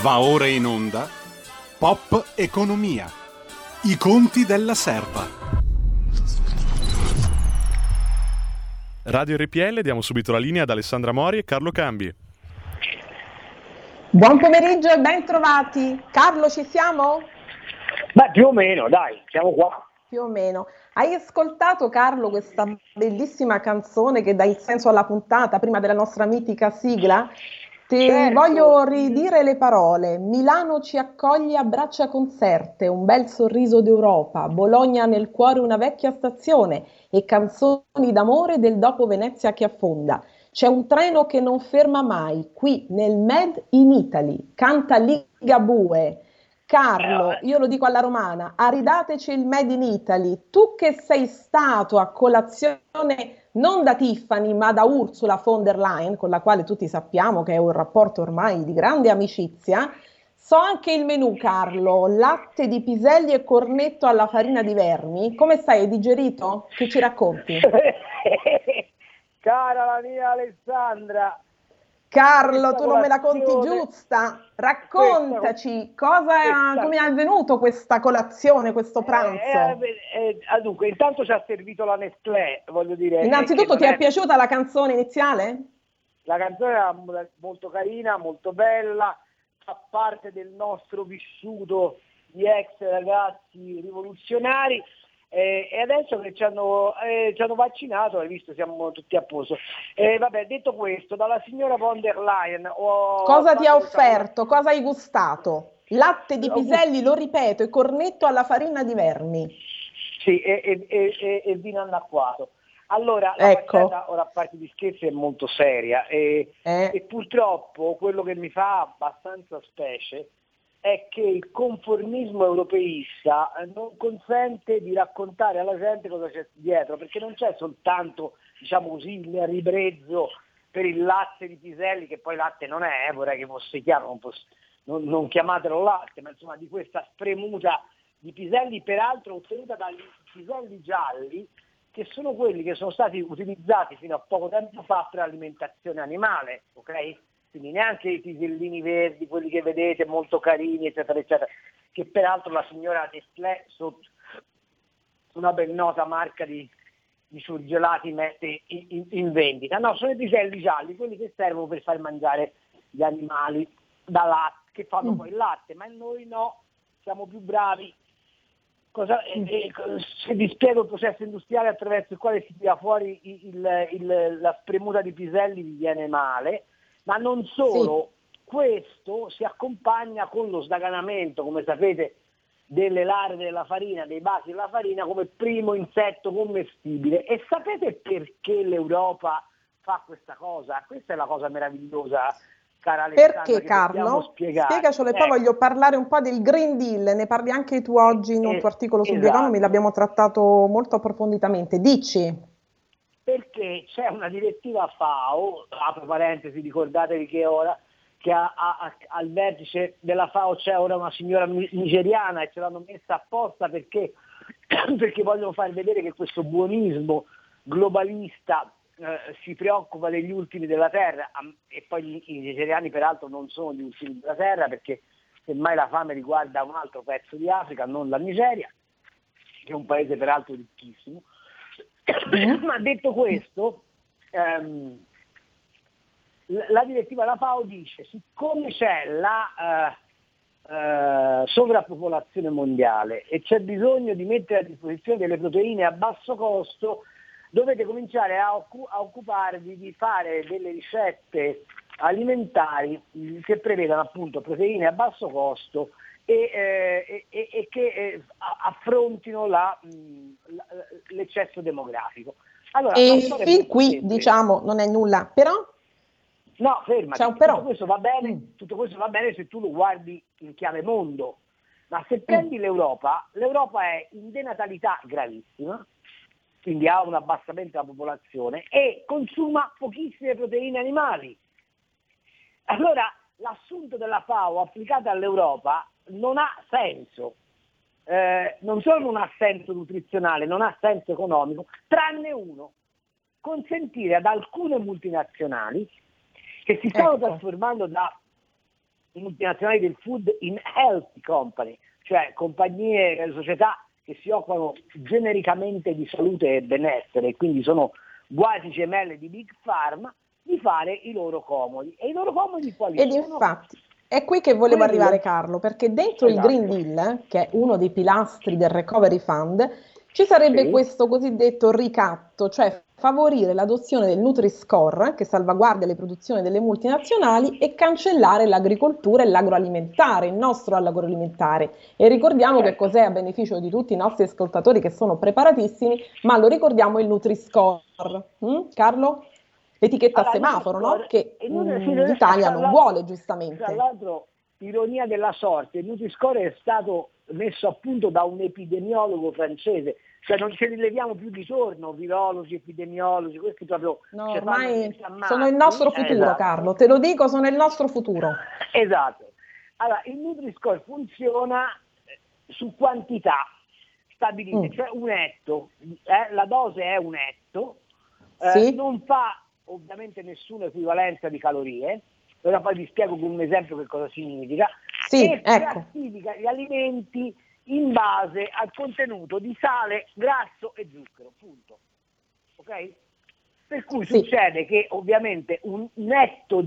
Va ora in onda Pop Economia. I conti della serva. Radio RPL, diamo subito la linea ad Alessandra Mori e Carlo Cambi. Buon pomeriggio e ben trovati. Carlo, ci siamo? Beh, più o meno, dai, siamo qua. Più o meno. Hai ascoltato, Carlo, questa bellissima canzone che dà il senso alla puntata prima della nostra mitica sigla? Ti voglio ridire le parole. Milano ci accoglie a braccia conserte, un bel sorriso d'Europa, Bologna nel cuore una vecchia stazione e canzoni d'amore del dopo Venezia che affonda. C'è un treno che non ferma mai, qui nel Made in Italy, canta Ligabue. Carlo, io lo dico alla romana, aridateci il Made in Italy. Tu che sei stato a colazione non da Tiffany ma da Ursula von der Leyen, con la quale tutti sappiamo che è un rapporto ormai di grande amicizia, so anche il menù, Carlo, latte di piselli e cornetto alla farina di vermi. Come stai? Hai digerito? Che ci racconti? Cara la mia Alessandra, Carlo, tu non me la conti giusta? Raccontaci come è avvenuto questa colazione, questo pranzo. Dunque, intanto ci ha servito la Nestlé, voglio dire. Innanzitutto ti è piaciuta la canzone iniziale? La canzone era molto carina, molto bella, fa parte del nostro vissuto di ex ragazzi rivoluzionari. E adesso che ci hanno vaccinato, hai visto, siamo tutti a posto. Vabbè, detto questo, dalla signora von der Leyen cosa ti ha offerto? Cosa hai gustato? Latte di piselli, lo ripeto, e cornetto alla farina di vermi. Sì, e vino annacquato. Allora, la faccenda, ora a parte di scherzi, è molto seria e purtroppo quello che mi fa abbastanza specie è che il conformismo europeista non consente di raccontare alla gente cosa c'è dietro, perché non c'è soltanto, diciamo così, il ribrezzo per il latte di piselli, che poi latte non è, vorrei che fosse chiaro, non chiamatelo latte, ma insomma di questa spremuta di piselli, peraltro ottenuta dagli piselli gialli, che sono quelli che sono stati utilizzati fino a poco tempo fa per alimentazione animale, ok? Quindi neanche i pisellini verdi, quelli che vedete molto carini, eccetera, eccetera, che peraltro la signora Nestlé, sotto una ben nota marca di surgelati, mette in vendita. No, sono i piselli gialli, quelli che servono per far mangiare gli animali da latte, che fanno poi il latte, ma noi no, siamo più bravi. Se vi spiego il processo industriale attraverso il quale si tira fuori la spremuta di piselli, vi viene male. Ma non solo, questo si accompagna con lo sdaganamento, come sapete, delle larve della farina, dei basi della farina come primo insetto commestibile. E sapete perché l'Europa fa questa cosa? Questa è la cosa meravigliosa, cara Alessandra. Perché, Carlo? Spiegacelo, e poi voglio parlare un po' del Green Deal, ne parli anche tu oggi in un tuo articolo su The Economy, l'abbiamo trattato molto approfonditamente. Dici? Perché c'è una direttiva FAO, apro parentesi, ricordatevi che ora che al vertice della FAO c'è ora una signora nigeriana e ce l'hanno messa apposta perché vogliono far vedere che questo buonismo globalista si preoccupa degli ultimi della terra, e poi i nigeriani peraltro non sono gli ultimi della terra, perché semmai la fame riguarda un altro pezzo di Africa, non la Nigeria, che è un paese peraltro ricchissimo. Ma detto questo, la direttiva della FAO dice: siccome c'è la sovrappopolazione mondiale e c'è bisogno di mettere a disposizione delle proteine a basso costo, dovete cominciare a occuparvi di fare delle ricette alimentari che prevedano appunto proteine a basso costo e che affrontino l'eccesso demografico. Allora, e fin qui diciamo non è nulla, però? No, fermati, però. Tutto questo va bene se tu lo guardi in chiave mondo, ma se prendi l'Europa è in denatalità gravissima, quindi ha un abbassamento della popolazione e consuma pochissime proteine animali. Allora l'assunto della FAO applicata all'Europa non ha senso, non solo non ha senso nutrizionale, non ha senso economico, tranne uno: consentire ad alcune multinazionali che si stanno trasformando da multinazionali del food in healthy company, cioè compagnie, società che si occupano genericamente di salute e benessere, quindi sono quasi gemelle di Big Pharma, di fare i loro comodi. E i loro comodi quali Ed sono? infatti è qui che volevo arrivare, Carlo, perché dentro il Green Deal, che è uno dei pilastri del Recovery Fund, ci sarebbe questo cosiddetto ricatto, cioè favorire l'adozione del Nutri-Score, che salvaguardia le produzioni delle multinazionali, e cancellare l'agricoltura e l'agroalimentare, il nostro agroalimentare. E ricordiamo che cos'è, a beneficio di tutti i nostri ascoltatori che sono preparatissimi, ma lo ricordiamo, il Nutri-Score. Carlo? L'etichetta a semaforo, no? Che l'Italia non vuole, giustamente. Tra l'altro, ironia della sorte, il Nutri-Score è stato messo a punto da un epidemiologo francese, cioè non ce li leviamo più di torno, virologi, epidemiologi, questi proprio... No, ormai sono il nostro futuro, esatto. Carlo, te lo dico, sono il nostro futuro. Esatto. Allora, il Nutri-Score funziona su quantità stabilite, cioè un etto, la dose è un etto, non fa ovviamente nessuna equivalenza di calorie, ora poi vi spiego con un esempio che cosa significa, e classifica gli alimenti in base al contenuto di sale, grasso e zucchero, punto. Ok? Per cui succede che ovviamente un etto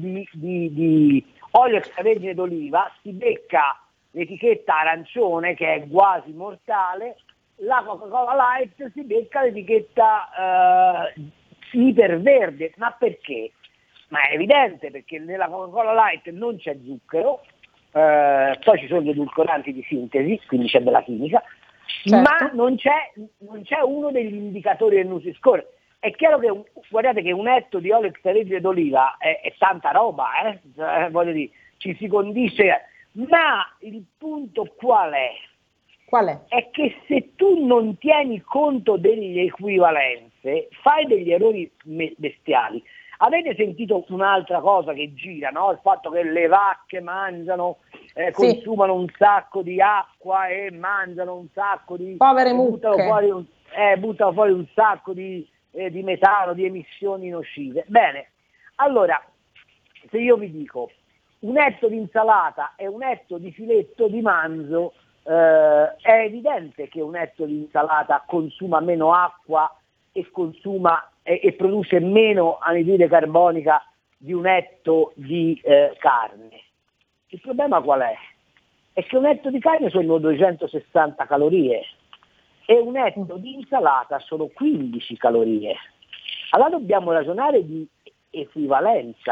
di olio extravergine d'oliva si becca l'etichetta arancione, che è quasi mortale, la Coca-Cola Light si becca l'etichetta iperverde. Ma perché? Ma è evidente, perché nella Coca-Cola Light non c'è zucchero, poi ci sono gli edulcoranti di sintesi, quindi c'è della chimica, ma non c'è uno degli indicatori del Nutri-Score. È chiaro che guardate che un etto di olio extravergine d'oliva è tanta roba, voglio dire, ci si condisce, ma il punto qual è? Qual è? È che se tu non tieni conto delle equivalenze, fai degli errori bestiali. Avete sentito un'altra cosa che gira, no? Il fatto che le vacche mangiano, consumano un sacco di acqua e mangiano un sacco di... Povere mucche. Buttano fuori un sacco di metano, di emissioni nocive. Bene, allora, se io vi dico un etto di insalata e un etto di filetto di manzo, è evidente che un etto di insalata consuma meno acqua e consuma e produce meno anidride carbonica di un etto di carne. Il problema qual è? È che un etto di carne sono 260 calorie e un etto di insalata sono 15 calorie. Allora dobbiamo ragionare di equivalenza.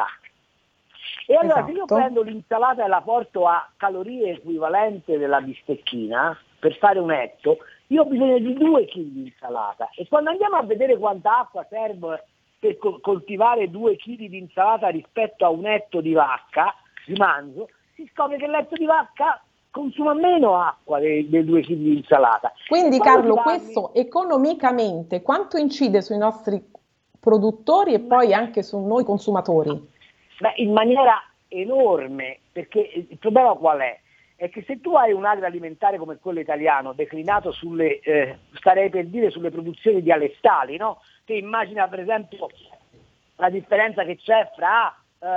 E allora se io prendo l'insalata e la porto a calorie equivalente della bistecchina, per fare un etto, io ho bisogno di 2 kg di insalata. E quando andiamo a vedere quanta acqua serve per coltivare 2 kg di insalata rispetto a un etto di vacca, di manzo, si scopre che l'etto di vacca consuma meno acqua dei 2 kg di insalata. Quindi Carlo, questo economicamente quanto incide sui nostri produttori e poi anche su noi consumatori? Beh, in maniera enorme, perché il problema qual è? È che se tu hai un agroalimentare come quello italiano, declinato sulle, starei per dire, sulle produzioni dialettali, no? Che immagina per esempio la differenza che c'è fra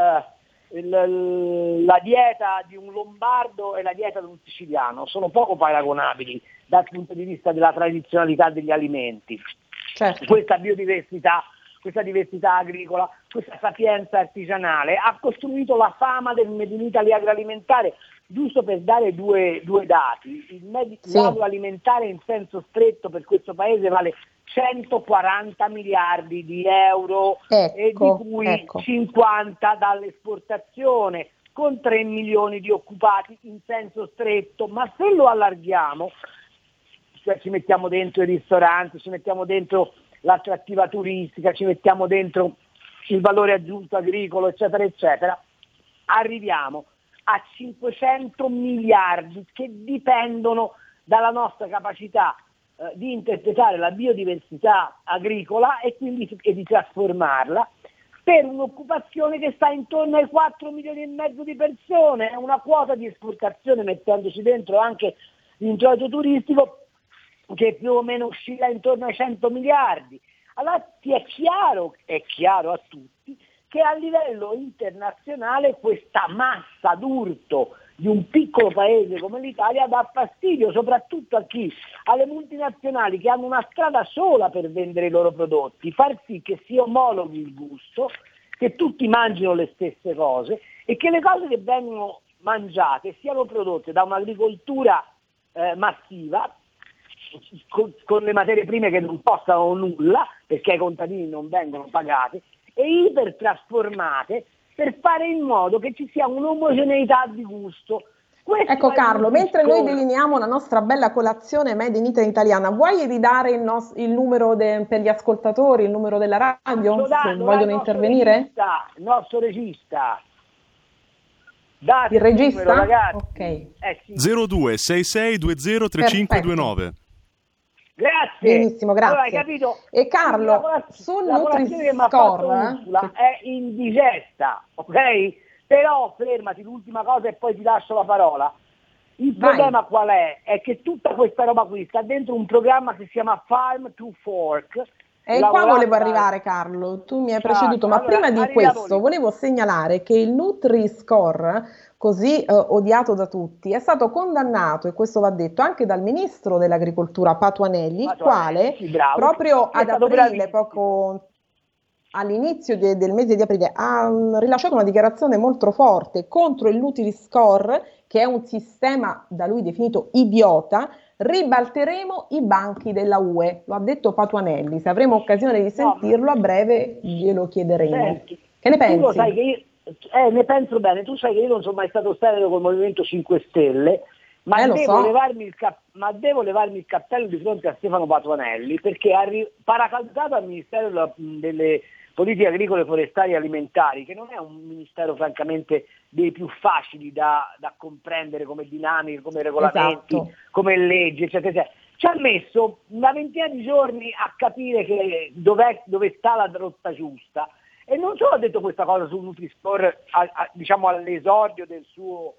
la dieta di un lombardo e la dieta di un siciliano, sono poco paragonabili dal punto di vista della tradizionalità degli alimenti. Certo. Questa biodiversità, questa diversità agricola, questa sapienza artigianale ha costruito la fama del Made in Italy agroalimentare. Giusto per dare due dati, l'agroalimentare in senso stretto per questo paese vale 140 miliardi di euro, e di cui 50 dall'esportazione, con 3 milioni di occupati in senso stretto. Ma se lo allarghiamo, cioè ci mettiamo dentro i ristoranti, ci mettiamo dentro l'attrattiva turistica, ci mettiamo dentro il valore aggiunto agricolo, eccetera, eccetera, arriviamo a 500 miliardi che dipendono dalla nostra capacità di interpretare la biodiversità agricola e quindi di trasformarla, per un'occupazione che sta intorno ai 4 milioni e mezzo di persone, una quota di esportazione, mettendoci dentro anche l'introito turistico, che più o meno oscilla intorno ai 100 miliardi. Allora è chiaro a tutti che a livello internazionale questa massa d'urto di un piccolo paese come l'Italia dà fastidio, soprattutto a chi? Alle multinazionali che hanno una strada sola per vendere i loro prodotti, far sì che si omologhi il gusto, che tutti mangino le stesse cose e che le cose che vengono mangiate siano prodotte da un'agricoltura massiva, con le materie prime che non costano nulla, perché i contadini non vengono pagati, e ipertrasformate per fare in modo che ci sia un'omogeneità di gusto. Ecco Carlo, mentre noi delineiamo la nostra bella colazione made in Italy italiana, vuoi ridare il numero per gli ascoltatori, il numero della radio, se vogliono intervenire? Il nostro regista. Date il regista? Numero, ragazzi. Ok. Sì. 0266203529. Grazie. Benissimo, grazie. Allora, hai capito? E Carlo, sul Nutri-Score è indigesta, ok? Però fermati, l'ultima cosa e poi ti lascio la parola. Il problema qual è? È che tutta questa roba qui sta dentro un programma che si chiama Farm to Fork. E qua volevo arrivare, Carlo, tu mi hai preceduto, ma allora, prima di questo volevo segnalare che il Nutri-Score, così odiato da tutti, è stato condannato, e questo va detto, anche dal ministro dell'agricoltura Patuanelli, il quale proprio ad aprile, poco all'inizio del mese di aprile, ha rilasciato una dichiarazione molto forte contro il Nutri-Score, che è un sistema da lui definito idiota. Ribalteremo i banchi della UE, lo ha detto Patuanelli, se avremo occasione di sentirlo a breve glielo chiederemo. Senti, che ne pensi? Tu lo sai che io, ne penso bene, tu sai che io non sono mai stato stereco col Movimento 5 Stelle, ma devo levarmi il cappello di fronte a Stefano Patuanelli, perché ha paracadutato al Ministero delle Politiche Agricole, Forestali e Alimentari, che non è un ministero francamente dei più facili da comprendere come dinamiche, come regolamenti, come leggi, eccetera, eccetera. Ci ha messo una ventina di giorni a capire che dove sta la rotta giusta, e non solo ha detto questa cosa sul Nutri-Score diciamo all'esordio del suo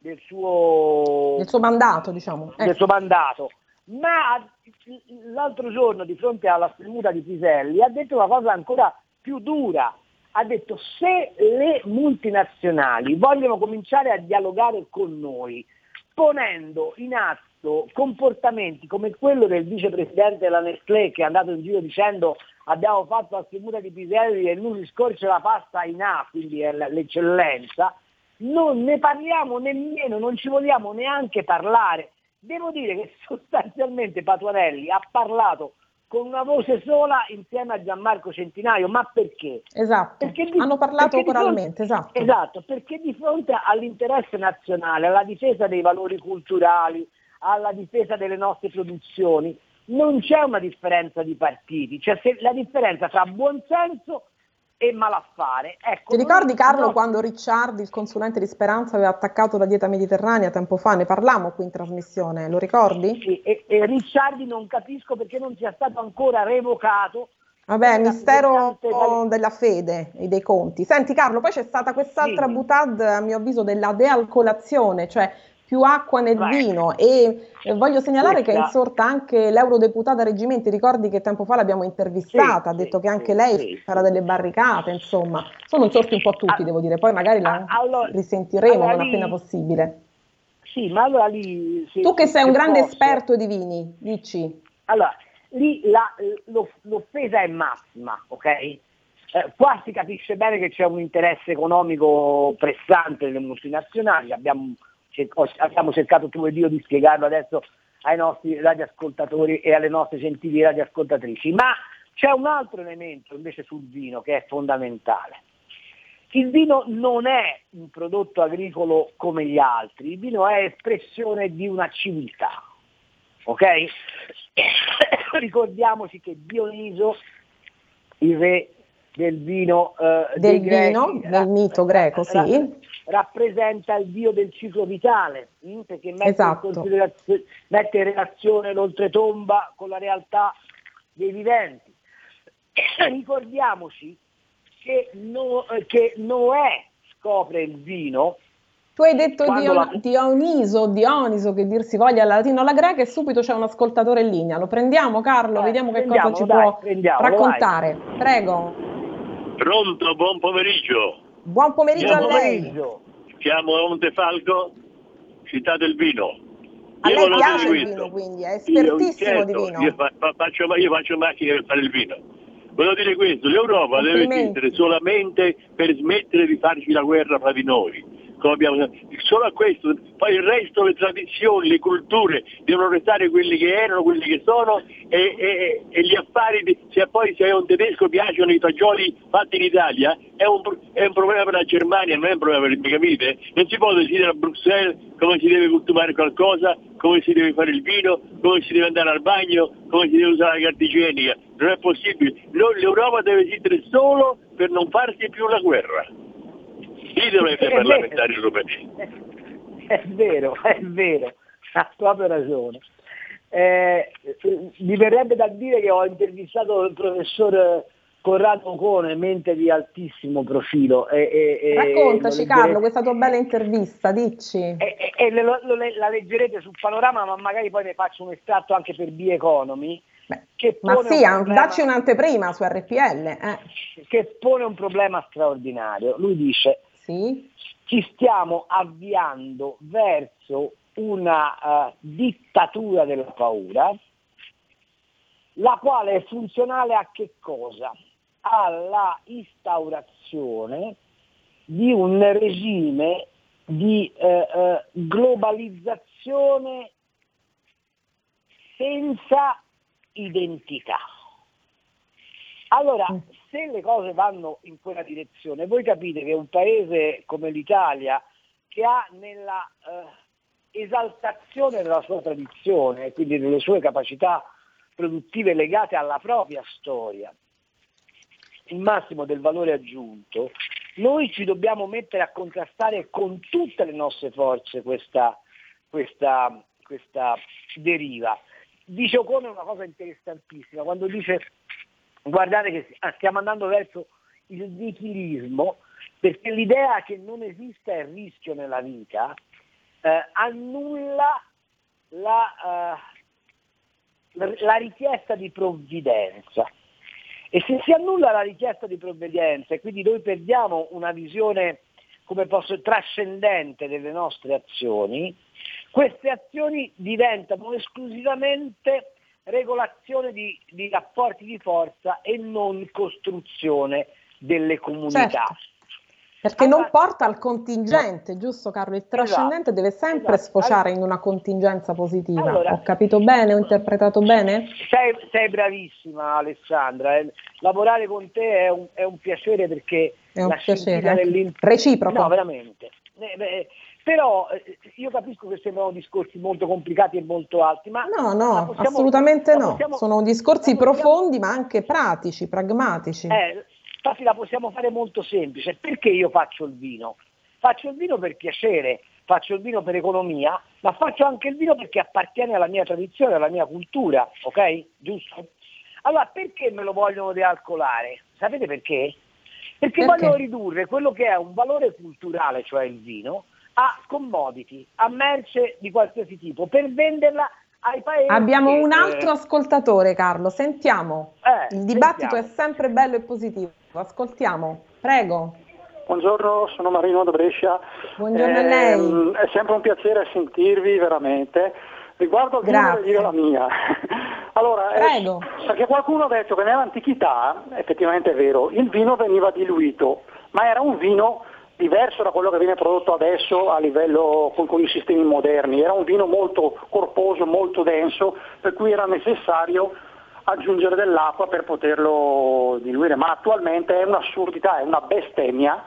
mandato, diciamo. Del suo mandato, ma l'altro giorno di fronte alla spremuta di Piselli ha detto una cosa ancora più dura. Ha detto: se le multinazionali vogliono cominciare a dialogare con noi ponendo in atto comportamenti come quello del vicepresidente della Nestlé, che è andato in giro dicendo abbiamo fatto la spremuta di Piselli e il Nutri-Score ce la passa in A, quindi è l'eccellenza, non ne parliamo nemmeno, non ci vogliamo neanche parlare. Devo dire che sostanzialmente Patuanelli ha parlato con una voce sola insieme a Gianmarco Centinaio, ma perché? Esatto, hanno parlato coralmente, esatto, perché di fronte all'interesse nazionale, alla difesa dei valori culturali, alla difesa delle nostre produzioni, non c'è una differenza di partiti, c'è la differenza tra buonsenso e malaffare. Ecco, ti ricordi Carlo quando Ricciardi, il consulente di Speranza, aveva attaccato la dieta mediterranea tempo fa? Ne parlammo qui in trasmissione, lo ricordi? Sì, e Ricciardi non capisco perché non sia stato ancora revocato. Vabbè, mistero della fede e dei conti. Senti Carlo, poi c'è stata quest'altra boutade, a mio avviso, della dealcolazione, cioè più acqua nel vino, e voglio segnalare che è insorta anche l'eurodeputata Reggimenti. Ricordi che tempo fa l'abbiamo intervistata, ha detto che anche lei farà delle barricate, insomma sono insorti un po' tutti, devo dire, poi magari la risentiremo non appena possibile. Sì, ma allora lì tu che sei un grande esperto di vini, dici. Allora lì l'offesa è massima, ok? Qua si capisce bene che c'è un interesse economico pressante delle multinazionali. Abbiamo cercato tu ed io di spiegarlo adesso ai nostri radioascoltatori e alle nostre gentili radioascoltatrici, ma c'è un altro elemento invece sul vino che è fondamentale. Il vino non è un prodotto agricolo come gli altri, il vino è espressione di una civiltà, ok? Ricordiamoci che Dioniso, il re del vino del mito greco, sì, rappresenta il dio del ciclo vitale, perché mette in relazione l'oltretomba con la realtà dei viventi. Ricordiamoci che Noè scopre il vino. Tu hai detto Dioniso, che dir si voglia alla latino alla greca, e subito c'è un ascoltatore in linea. Lo prendiamo, Carlo? Vediamo che cosa ci può raccontare. Vai. Prego. Pronto, buon pomeriggio. Buon pomeriggio a lei. Chiamo Montefalco, città del vino. A lei piace il vino, quindi è espertissimo di vino. Io faccio macchine per fare il vino. Volevo dire questo, l'Europa deve esistere solamente per smettere di farci la guerra fra di noi. Solo a questo, poi il resto, le tradizioni, le culture devono restare quelli che erano, quelli che sono, e gli affari, se a un tedesco piacciono i fagioli fatti in Italia, è un problema per la Germania, non è un problema per il, capite? Non si può decidere a Bruxelles come si deve costumare qualcosa, come si deve fare il vino, come si deve andare al bagno, come si deve usare la carta igienica. Non è possibile. L'Europa deve esistere solo per non farsi più la guerra. Ditelo ai parlamentari europei. È vero, ha proprio ragione. Mi verrebbe da dire che ho intervistato il professor Corrado Ocone, mente di altissimo profilo. Raccontaci Carlo questa tua bella intervista, dici. La leggerete sul Panorama, ma magari poi ne faccio un estratto anche per B-Economy. Ma sì, dacci un'anteprima su RPL. Che pone un problema straordinario. Lui dice: sì? Ci stiamo avviando verso una dittatura della paura, la quale è funzionale a che cosa? Alla instaurazione di un regime di globalizzazione senza identità. Allora, se le cose vanno in quella direzione, voi capite che un paese come l'Italia, che ha nella esaltazione della sua tradizione, quindi delle sue capacità produttive legate alla propria storia, il massimo del valore aggiunto, noi ci dobbiamo mettere a contrastare con tutte le nostre forze questa deriva. Dice Ocone una cosa interessantissima, quando dice: guardate che stiamo andando verso il nichilismo, perché l'idea che non esista il rischio nella vita annulla la richiesta di provvidenza. E se si annulla la richiesta di provvidenza e quindi noi perdiamo una visione, trascendente delle nostre azioni, queste azioni diventano esclusivamente regolazione di rapporti di forza e non costruzione delle comunità. Certo, perché non porta al contingente, giusto Carlo? Il trascendente deve sempre sfociare in una contingenza positiva. Allora, ho capito bene? Ho interpretato bene? Sei bravissima Alessandra, lavorare con te è un piacere, perché è un piacere reciproco. No, veramente. Però io capisco che sembrano discorsi molto complicati e molto alti, ma no, assolutamente no. Sono discorsi profondi ma anche pratici, pragmatici. Infatti la possiamo fare molto semplice. Perché io faccio il vino? Faccio il vino per piacere, faccio il vino per economia, ma faccio anche il vino perché appartiene alla mia tradizione, alla mia cultura, ok? Giusto? Allora, perché me lo vogliono dealcolare? Sapete perché? Perché vogliono ridurre quello che è un valore culturale, cioè il vino, a commodity, a merce di qualsiasi tipo, per venderla ai paesi. Abbiamo un altro ascoltatore, Carlo, sentiamo. Il dibattito è sempre bello e positivo, ascoltiamo, prego. Buongiorno, sono Marino da Brescia. Buongiorno a lei. È sempre un piacere sentirvi, veramente. Riguardo al vino, devo dire la mia. Allora, perché qualcuno ha detto che nell'antichità, effettivamente è vero, il vino veniva diluito, ma era un vino diverso da quello che viene prodotto adesso a livello con i sistemi moderni. Era un vino molto corposo, molto denso, per cui era necessario aggiungere dell'acqua per poterlo diluire, ma attualmente è un'assurdità, è una bestemmia.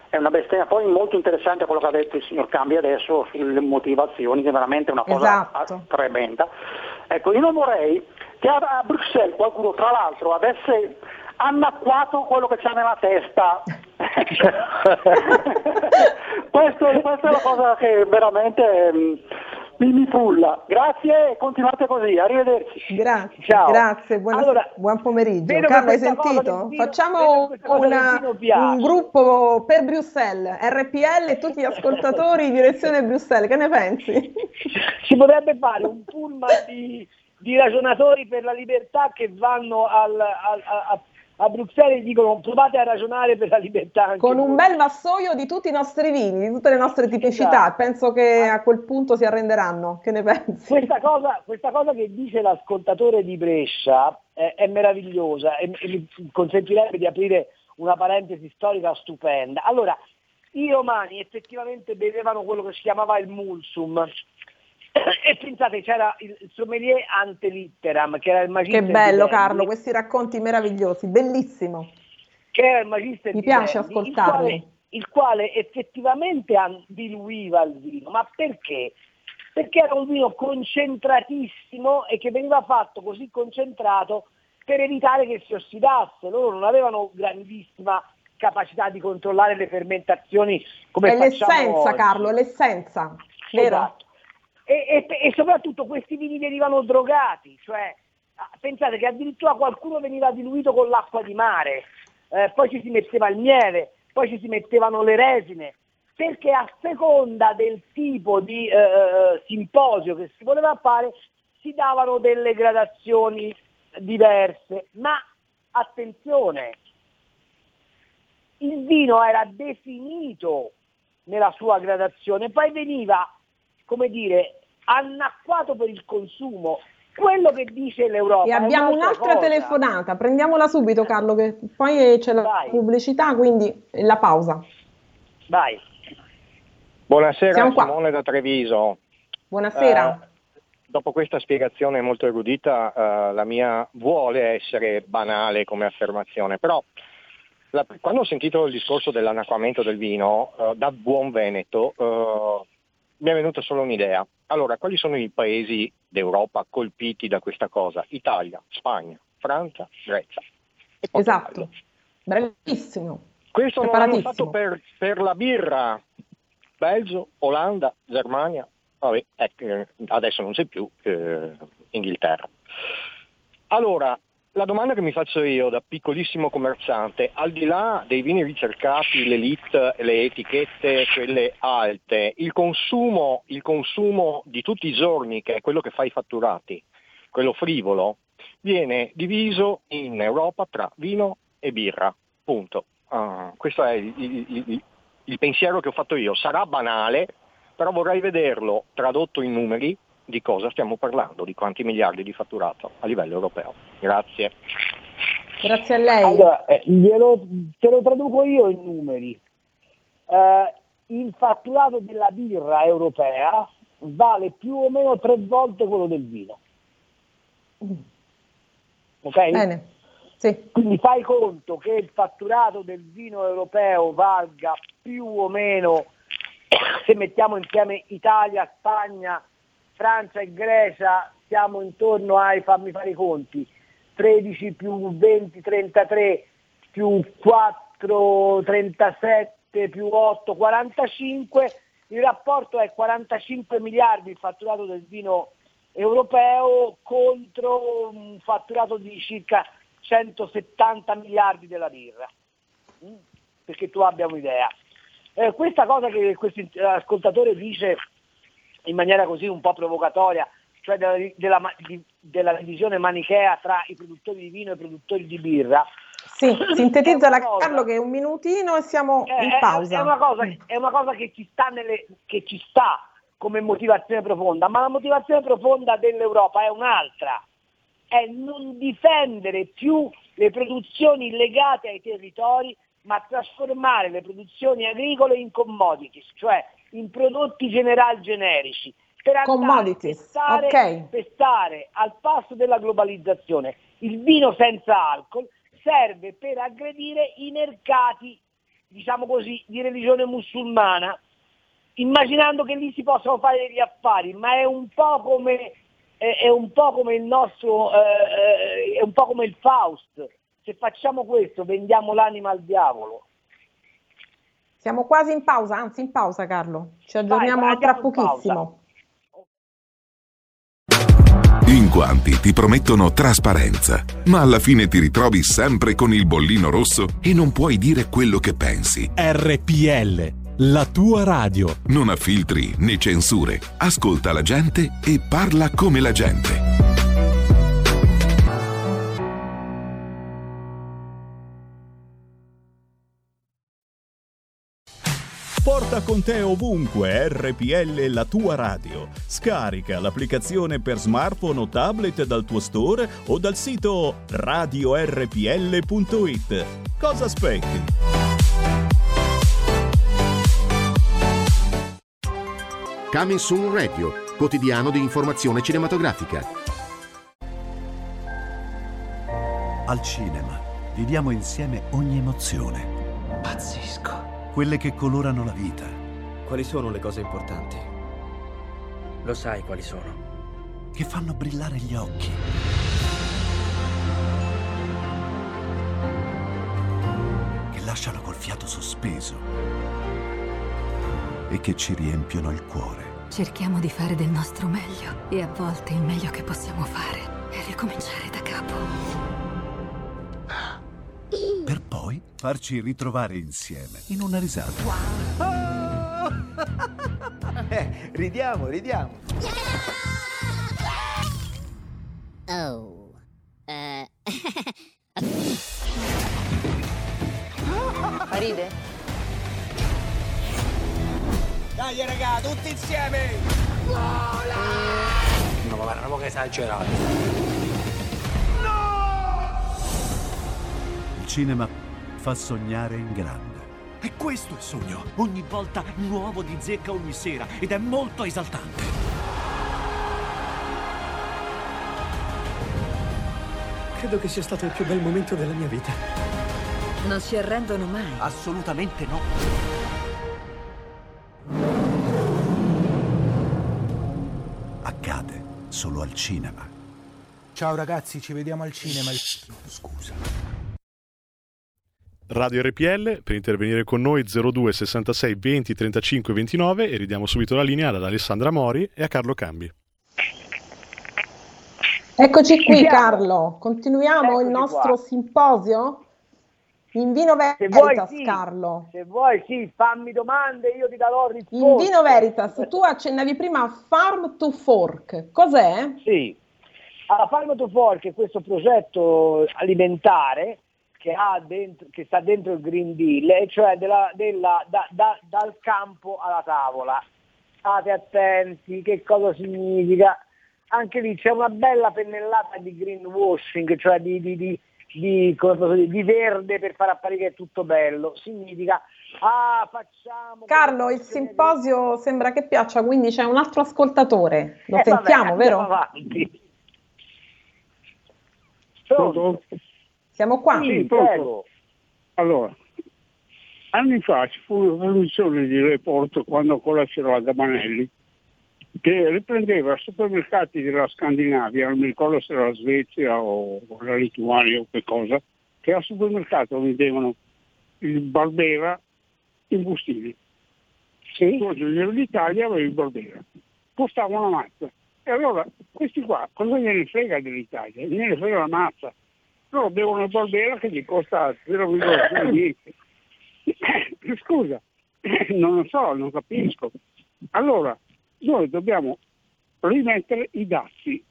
Poi molto interessante quello che ha detto il signor Cambi adesso sulle motivazioni, che è veramente una cosa tremenda. Ecco, io non vorrei che a Bruxelles qualcuno, tra l'altro, avesse annacquato quello che c'ha nella testa. Questa è la cosa che veramente mi frulla. Grazie e continuate così, arrivederci. Grazie. Ciao. Grazie, buon pomeriggio. Carlo, hai sentito? Facciamo un gruppo per Bruxelles, RPL e tutti gli ascoltatori in direzione Bruxelles, che ne pensi? Si potrebbe fare un pullman di ragionatori per la libertà che vanno a Bruxelles dicono provate a ragionare per la libertà. Anche con un bel vassoio di tutti i nostri vini, di tutte le nostre tipicità. Esatto. Penso che a quel punto si arrenderanno. Che ne pensi? Questa cosa che dice l'ascoltatore di Brescia è meravigliosa e mi consentirebbe di aprire una parentesi storica stupenda. Allora, i romani effettivamente bevevano quello che si chiamava il mulsum. E pensate, c'era il sommelier ante litteram, che era il magister. Che bello, Carlo, questi racconti meravigliosi, bellissimo. Che era il magister. Mi piace ascoltarli. Il quale effettivamente diluiva il vino. Ma perché? Perché era un vino concentratissimo e che veniva fatto così concentrato per evitare che si ossidasse. Loro non avevano grandissima capacità di controllare le fermentazioni come facciamo l'essenza, oggi. Carlo, l'essenza, vero? Esatto. E soprattutto questi vini venivano drogati, cioè pensate che addirittura qualcuno veniva diluito con l'acqua di mare, poi ci si metteva il miele, poi ci si mettevano le resine, perché a seconda del tipo di simposio che si voleva fare si davano delle gradazioni diverse, ma attenzione, il vino era definito nella sua gradazione, poi veniva, come dire, annacquato per il consumo. Quello che dice l'Europa. E abbiamo un'altra telefonata, prendiamola subito, Carlo, che poi c'è la pubblicità, quindi la pausa. Vai. Buonasera, Simone da Treviso. Buonasera. Dopo questa spiegazione molto erudita, la mia vuole essere banale come affermazione, però quando ho sentito il discorso dell'annacquamento del vino, da buon veneto, mi è venuta solo un'idea. Allora, quali sono i paesi d'Europa colpiti da questa cosa? Italia, Spagna, Francia, Grecia. Esatto, bravissimo. Questo non l'hanno fatto per la birra. Belgio, Olanda, Germania, vabbè, adesso non c'è più, Inghilterra. Allora, la domanda che mi faccio io da piccolissimo commerciante, al di là dei vini ricercati, l'elite, le etichette, quelle alte, il consumo di tutti i giorni, che è quello che fa i fatturati, quello frivolo, viene diviso in Europa tra vino e birra, punto. Questo è il pensiero che ho fatto io. Sarà banale, però vorrei vederlo tradotto in numeri di cosa stiamo parlando, di quanti miliardi di fatturato a livello europeo. Grazie. Grazie a lei. Allora, te lo traduco io in numeri. Il fatturato della birra europea vale più o meno 3 volte quello del vino. Ok? Bene. Sì. Quindi fai conto che il fatturato del vino europeo valga più o meno, se mettiamo insieme Italia, Spagna, Francia e Grecia, siamo intorno ai, fammi fare i conti, 13 più 20, 33, più 4, 37, più 8, 45, il rapporto è 45 miliardi il fatturato del vino europeo contro un fatturato di circa 170 miliardi della birra, perché tu abbia un'idea. Questa cosa che questo ascoltatore dice in maniera così un po' provocatoria, cioè della divisione manichea tra i produttori di vino e i produttori di birra. Sì, sintetizza Carlo, che è un minutino e siamo in pausa. È una cosa che ci sta come motivazione profonda, ma la motivazione profonda dell'Europa è un'altra, è non difendere più le produzioni legate ai territori, ma trasformare le produzioni agricole in commodities, cioè in prodotti generici, per andare per stare al passo della globalizzazione. Il vino senza alcol serve per aggredire i mercati, diciamo così, di religione musulmana, immaginando che lì si possano fare degli affari, ma è un po' come il nostro, è un po' come il Faust. Se facciamo questo vendiamo l'anima al diavolo. Siamo quasi in pausa, anzi in pausa, Carlo. Ci aggiorniamo tra pochissimo. In quanti ti promettono trasparenza, ma alla fine ti ritrovi sempre con il bollino rosso e non puoi dire quello che pensi. RPL, la tua radio. Non ha filtri né censure. Ascolta la gente e parla come la gente. 106.6 RPL. Porta con te ovunque RPL, la tua radio. Scarica l'applicazione per smartphone o tablet dal tuo store o dal sito radiorpl.it. Cosa aspetti? Coming Soon Radio, quotidiano di informazione cinematografica. Al cinema viviamo insieme ogni emozione. Pazzesco. Quelle che colorano la vita. Quali sono le cose importanti? Lo sai quali sono? Che fanno brillare gli occhi. Che lasciano col fiato sospeso. E che ci riempiono il cuore. Cerchiamo di fare del nostro meglio. E a volte il meglio che possiamo fare è ricominciare da capo. Per poi farci ritrovare insieme in una risata. Ridiamo. Oh. Ride? Dai raga, tutti insieme! Vola! No, ma guarda, che esagerato. Il cinema fa sognare in grande. E questo è il sogno. Ogni volta nuovo di zecca ogni sera ed è molto esaltante. Credo che sia stato il più bel momento della mia vita. Non si arrendono mai. Assolutamente no. Accade solo al cinema. Ciao ragazzi, ci vediamo al cinema. Scusa. Radio RPL, per intervenire con noi 02 66 20 35 29 e ridiamo subito la linea ad Alessandra Mori e a Carlo Cambi. Eccoci qui Carlo, continuiamo il nostro simposio? In vino Veritas, sì, Carlo. Se vuoi sì, fammi domande, io ti darò risposte. In vino Veritas, tu accennavi prima a Farm to Fork, cos'è? Sì, alla Farm to Fork è questo progetto alimentare che sta dentro il Green Deal, e cioè dal campo alla tavola. State attenti, che cosa significa? Anche lì c'è una bella pennellata di greenwashing, cioè di verde per far apparire che è tutto bello. Significa, facciamo... Carlo, il simposio sembra che piaccia, quindi c'è un altro ascoltatore. Lo sentiamo, vero? Avanti. Siamo qua. Sì, prego. Allora, anni fa ci fu una produzione di report quando collassero la Gabanelli, che riprendeva supermercati della Scandinavia, non mi ricordo se era la Svezia o la Lituania o che cosa, che al supermercato vendevano il Barbera in bustini. Se tu in Italia avevi il Barbera, costava una mazza. E allora questi qua cosa gliene frega dell'Italia? Gliene frega la mazza. Loro bevono il Barbera che gli costa 0,10. Scusa, non lo so, non capisco. Allora, noi dobbiamo rimettere i dazi.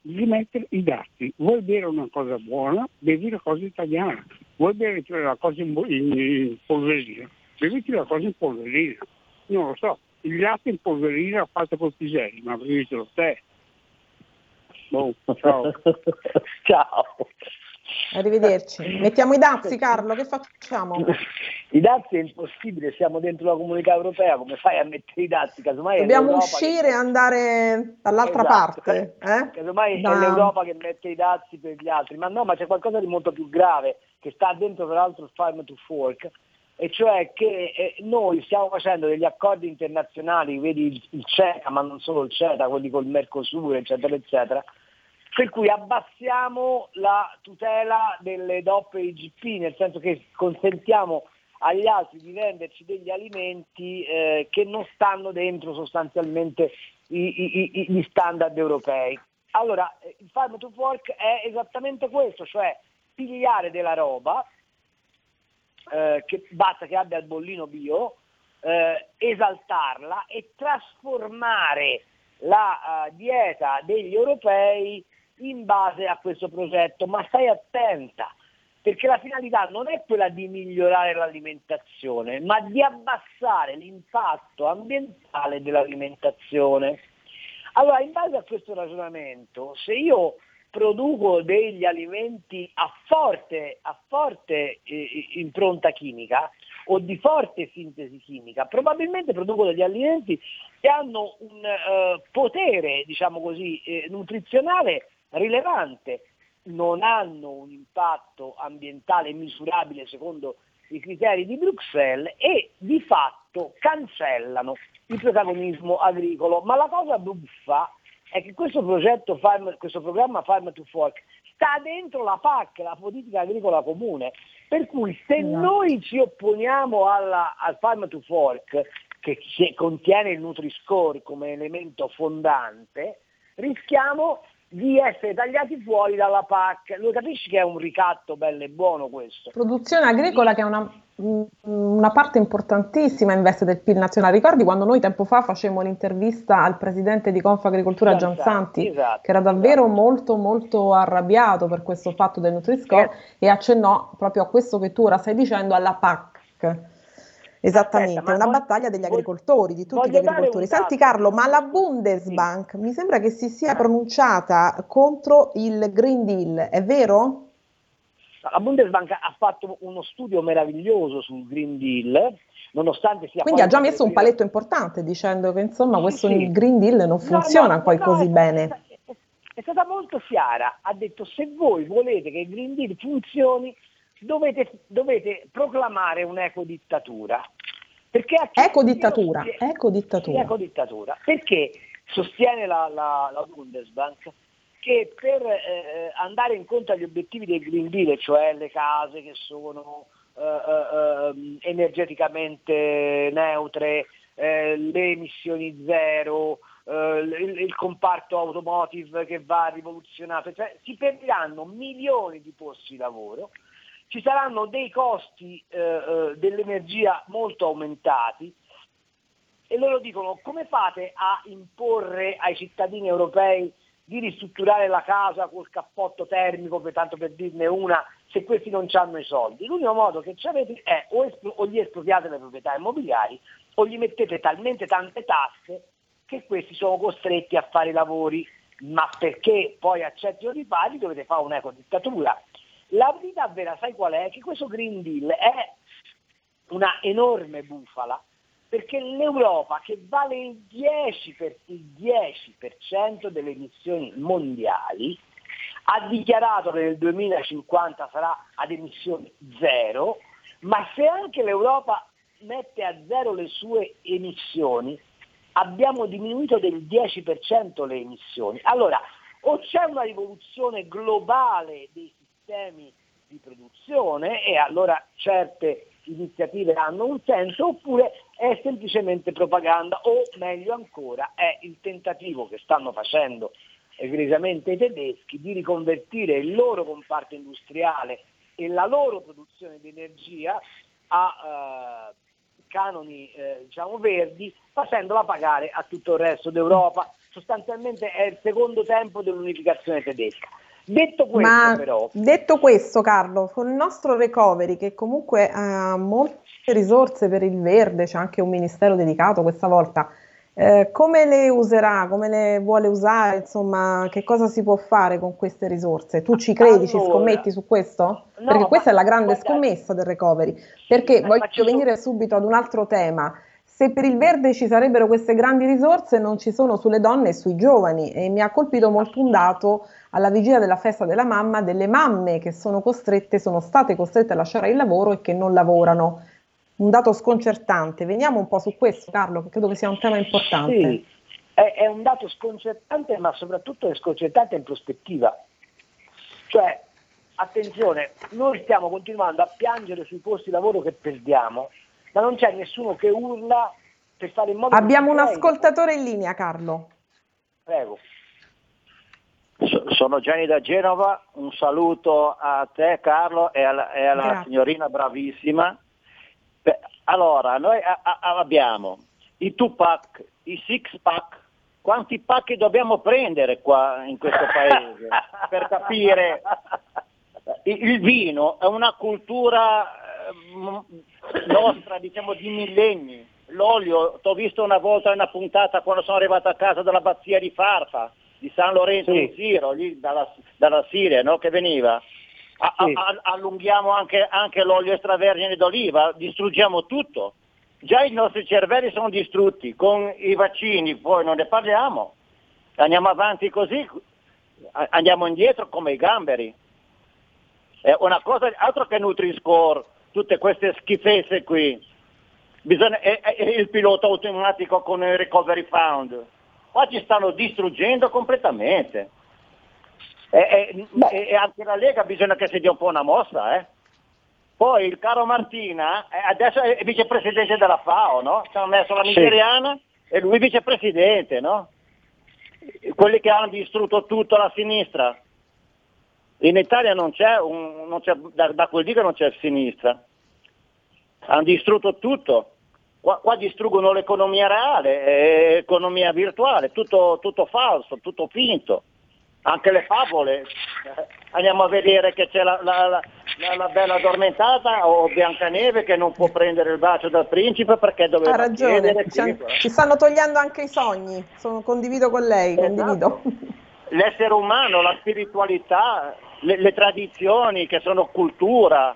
Vuoi bere una cosa buona, bevi la cosa italiana. Vuoi bere la cosa in polverina, beviti la cosa in polverina. Non lo so, il latte in polverina fatto col piselli, ma bevitelo te. Ciao. Ciao. Arrivederci. Mettiamo i dazi, Carlo, che facciamo? I dazi è impossibile, siamo dentro la Comunità Europea, come fai a mettere i dazi? Casomai dobbiamo uscire e andare dall'altra parte. Casomai è l'Europa che mette i dazi per gli altri, ma no, ma c'è qualcosa di molto più grave che sta dentro peraltro il Farm to Fork, e cioè che noi stiamo facendo degli accordi internazionali, vedi il CETA, ma non solo il CETA, quelli col Mercosur, eccetera, eccetera, per cui abbassiamo la tutela delle DOP e IGP, nel senso che consentiamo agli altri di venderci degli alimenti che non stanno dentro sostanzialmente gli standard europei. Allora, il Farm to Fork è esattamente questo, cioè pigliare della roba che basta che abbia il bollino bio, esaltarla e trasformare la dieta degli europei in base a questo progetto. Ma stai attenta, perché la finalità non è quella di migliorare l'alimentazione, ma di abbassare l'impatto ambientale dell'alimentazione. Allora, in base a questo ragionamento, se io produco degli alimenti a forte impronta chimica o di forte sintesi chimica, probabilmente produco degli alimenti che hanno un potere, diciamo così, nutrizionale rilevante, non hanno un impatto ambientale misurabile secondo i criteri di Bruxelles e di fatto cancellano il protagonismo agricolo. Ma la cosa buffa è che questo programma Farm to Fork sta dentro la PAC, la politica agricola comune, per cui se noi ci opponiamo al Farm to Fork, che contiene il Nutri-Score come elemento fondante, rischiamo di essere tagliati fuori dalla PAC. Lo capisci che è un ricatto bello e buono questo? Produzione agricola che è una parte importantissima investe del PIL nazionale. Ricordi quando noi tempo fa facemmo l'intervista al presidente di Confagricoltura Gianzanti, esatto, che era davvero molto molto arrabbiato per questo fatto del Nutri-Score e accennò proprio a questo che tu ora stai dicendo, alla PAC. Esattamente, è una battaglia degli agricoltori, di tutti gli agricoltori. Senti Carlo, ma la Bundesbank mi sembra che si sia pronunciata contro il Green Deal, è vero? La Bundesbank ha fatto uno studio meraviglioso sul Green Deal, nonostante sia... Quindi ha già messo un paletto importante dicendo che insomma questo Green Deal non funziona così bene. È stata molto chiara, ha detto: se voi volete che il Green Deal funzioni dovete proclamare un'ecodittatura. Perché ecodittatura. Perché sostiene la Bundesbank che per andare incontro agli obiettivi del Green Deal, cioè le case che sono energeticamente neutre, le emissioni zero, il comparto automotive che va rivoluzionato, cioè si perderanno milioni di posti di lavoro, ci saranno dei costi dell'energia molto aumentati, e loro dicono: come fate a imporre ai cittadini europei di ristrutturare la casa col cappotto termico, tanto per dirne una, se questi non hanno i soldi? L'unico modo che ci avete è o gli espropriate le proprietà immobiliari o gli mettete talmente tante tasse che questi sono costretti a fare i lavori, ma perché poi accettino di farli dovete fare un'ecodittatura. La verità vera, sai qual è? Che questo Green Deal è una enorme bufala, perché l'Europa, che vale il 10% delle emissioni mondiali, ha dichiarato che nel 2050 sarà ad emissioni zero, ma se anche l'Europa mette a zero le sue emissioni, abbiamo diminuito del 10% le emissioni. Allora, o c'è una rivoluzione globale dei sistemi di produzione e allora certe iniziative hanno un senso, oppure è semplicemente propaganda, o meglio ancora è il tentativo che stanno facendo egregiamente i tedeschi di riconvertire il loro comparto industriale e la loro produzione di energia a canoni verdi, facendola pagare a tutto il resto d'Europa. Sostanzialmente è il secondo tempo dell'unificazione tedesca. Detto questo, Carlo, con il nostro recovery, che comunque ha molte risorse per il verde, c'è anche un ministero dedicato questa volta, come le userà, come le vuole usare, insomma, che cosa si può fare con queste risorse? Tu ci credi, ci scommetti su questo? No, perché questa è la grande scommessa del recovery, perché voglio venire subito ad un altro tema. Se per il verde ci sarebbero queste grandi risorse, non ci sono sulle donne e sui giovani, e mi ha colpito molto un dato alla vigilia della festa della mamma, delle mamme che sono state costrette a lasciare il lavoro e che non lavorano. Un dato sconcertante. Veniamo un po' su questo, Carlo, che credo che sia un tema importante. Sì, è un dato sconcertante, ma soprattutto è sconcertante in prospettiva. Cioè, attenzione, noi stiamo continuando a piangere sui posti di lavoro che perdiamo, ma non c'è nessuno che urla per fare in modo che... Abbiamo un ascoltatore in linea, Carlo. Prego. Sono Gianni da Genova, un saluto a te Carlo e alla signorina bravissima. Allora, noi abbiamo i 2-pack, i 6-pack, quanti pacchi dobbiamo prendere qua in questo paese per capire il vino è una cultura nostra, diciamo, di millenni. L'olio, t'ho visto una volta in una puntata quando sono arrivato a casa dall'abbazia di Farfa, di San Lorenzo di Siro, lì dalla Siria, no? Che veniva. Allunghiamo anche l'olio extravergine d'oliva, distruggiamo tutto. Già i nostri cervelli sono distrutti, con i vaccini poi non ne parliamo. Andiamo avanti così, andiamo indietro come i gamberi. È una cosa, altro che Nutri-Score, tutte queste schifezze qui. Il pilota automatico con il Recovery Fund. Qua ci stanno distruggendo completamente. E anche la Lega bisogna che si dia un po' una mossa, Poi il caro Martina adesso è vicepresidente della FAO, no? Ci hanno messo la nigeriana e lui vicepresidente, no? Quelli che hanno distrutto tutto la sinistra. In Italia non c'è da quel dì che non c'è sinistra. Hanno distrutto tutto. Qua distruggono l'economia reale, economia virtuale, tutto falso, tutto finto. Anche le favole. Andiamo a vedere che c'è la bella addormentata o Biancaneve che non può prendere il bacio dal principe perché doveva... Ha ragione, ci stanno togliendo anche i sogni, condivido con lei, condivido. L'essere umano, la spiritualità, le tradizioni che sono cultura,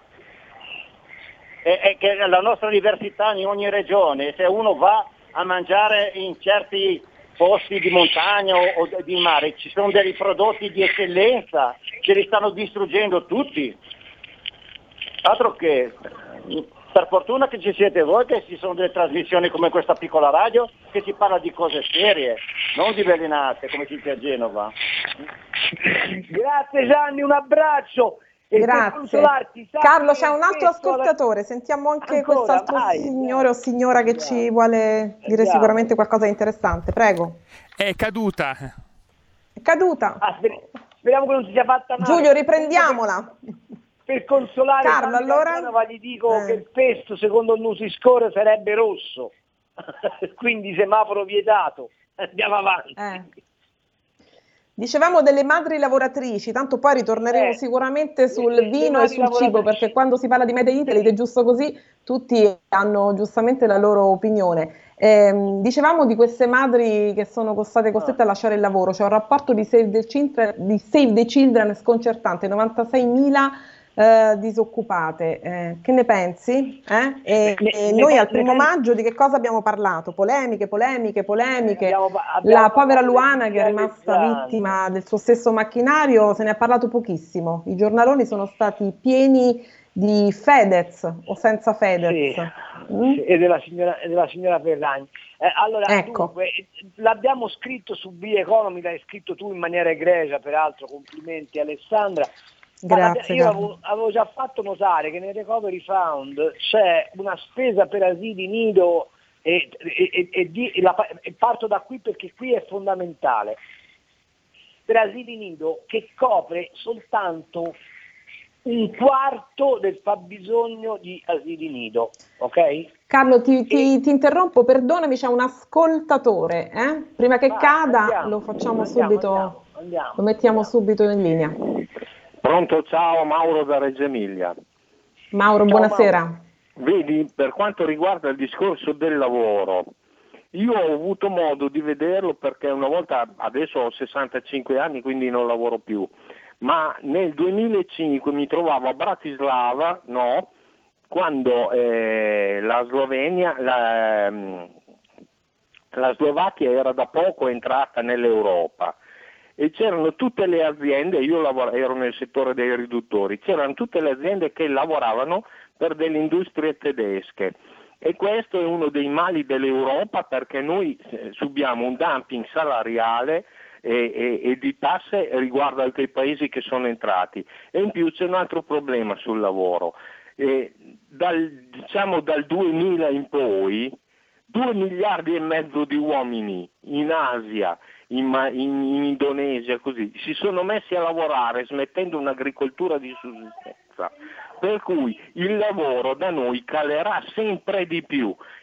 e che la nostra diversità in ogni regione, se uno va a mangiare in certi posti di montagna o di mare, ci sono dei prodotti di eccellenza, ce li stanno distruggendo tutti. Altro che, per fortuna che ci siete voi, che ci sono delle trasmissioni come questa piccola radio, che si parla di cose serie, non di velinate, come si dice a Genova. Grazie Gianni, un abbraccio. Grazie. Carlo, c'è un altro ascoltatore, sentiamo anche quest'altro signore o signora che ci vuole dire sicuramente qualcosa di interessante, prego. È caduta. Speriamo che non si sia fatta male. Giulio, riprendiamola. Per consolare Carlo, allora gli dico che il pesto secondo il Nutri-Score sarebbe rosso, quindi semaforo vietato. Andiamo avanti. Dicevamo delle madri lavoratrici, tanto poi ritorneremo sicuramente sul vino e sul cibo, perché quando si parla di Made in Italy, ed è giusto così, tutti hanno giustamente la loro opinione. Dicevamo di queste madri che sono state costrette a lasciare il lavoro, c'è un rapporto di Save the Children sconcertante, 96.000 disoccupate. Che ne pensi? Noi al 1° maggio di che cosa abbiamo parlato? Polemiche. La povera Luana che è rimasta vittima del suo stesso macchinario, se ne è parlato pochissimo. I giornaloni sono stati pieni di Fedez o senza Fedez. E della signora Ferragni. Allora, dunque, l'abbiamo scritto su Be Economy, l'hai scritto tu in maniera egregia, peraltro, complimenti Alessandra. Grazie. Io avevo già fatto notare che nel Recovery Fund c'è una spesa per asili nido e parto da qui perché qui è fondamentale. Per asili nido che copre soltanto 1/4 del fabbisogno di asili nido, ok? Carlo, ti interrompo, perdonami, c'è un ascoltatore, prima che cada lo facciamo subito, lo mettiamo subito in linea. Pronto, ciao, Mauro da Reggio Emilia. Mauro, buonasera. Mauro. Vedi, per quanto riguarda il discorso del lavoro, io ho avuto modo di vederlo perché una volta, adesso ho 65 anni, quindi non lavoro più, ma nel 2005 mi trovavo a Bratislava, quando la Slovacchia era da poco entrata nell'Europa. E c'erano tutte le aziende, io ero nel settore dei riduttori, c'erano tutte le aziende che lavoravano per delle industrie tedesche e questo è uno dei mali dell'Europa perché noi subiamo un dumping salariale e di tasse riguardo altri paesi che sono entrati e in più c'è un altro problema sul lavoro. Dal 2000 in poi 2,5 miliardi di uomini in Asia, in Indonesia, così, si sono messi a lavorare smettendo un'agricoltura di sussistenza, per cui il lavoro da noi calerà sempre di più.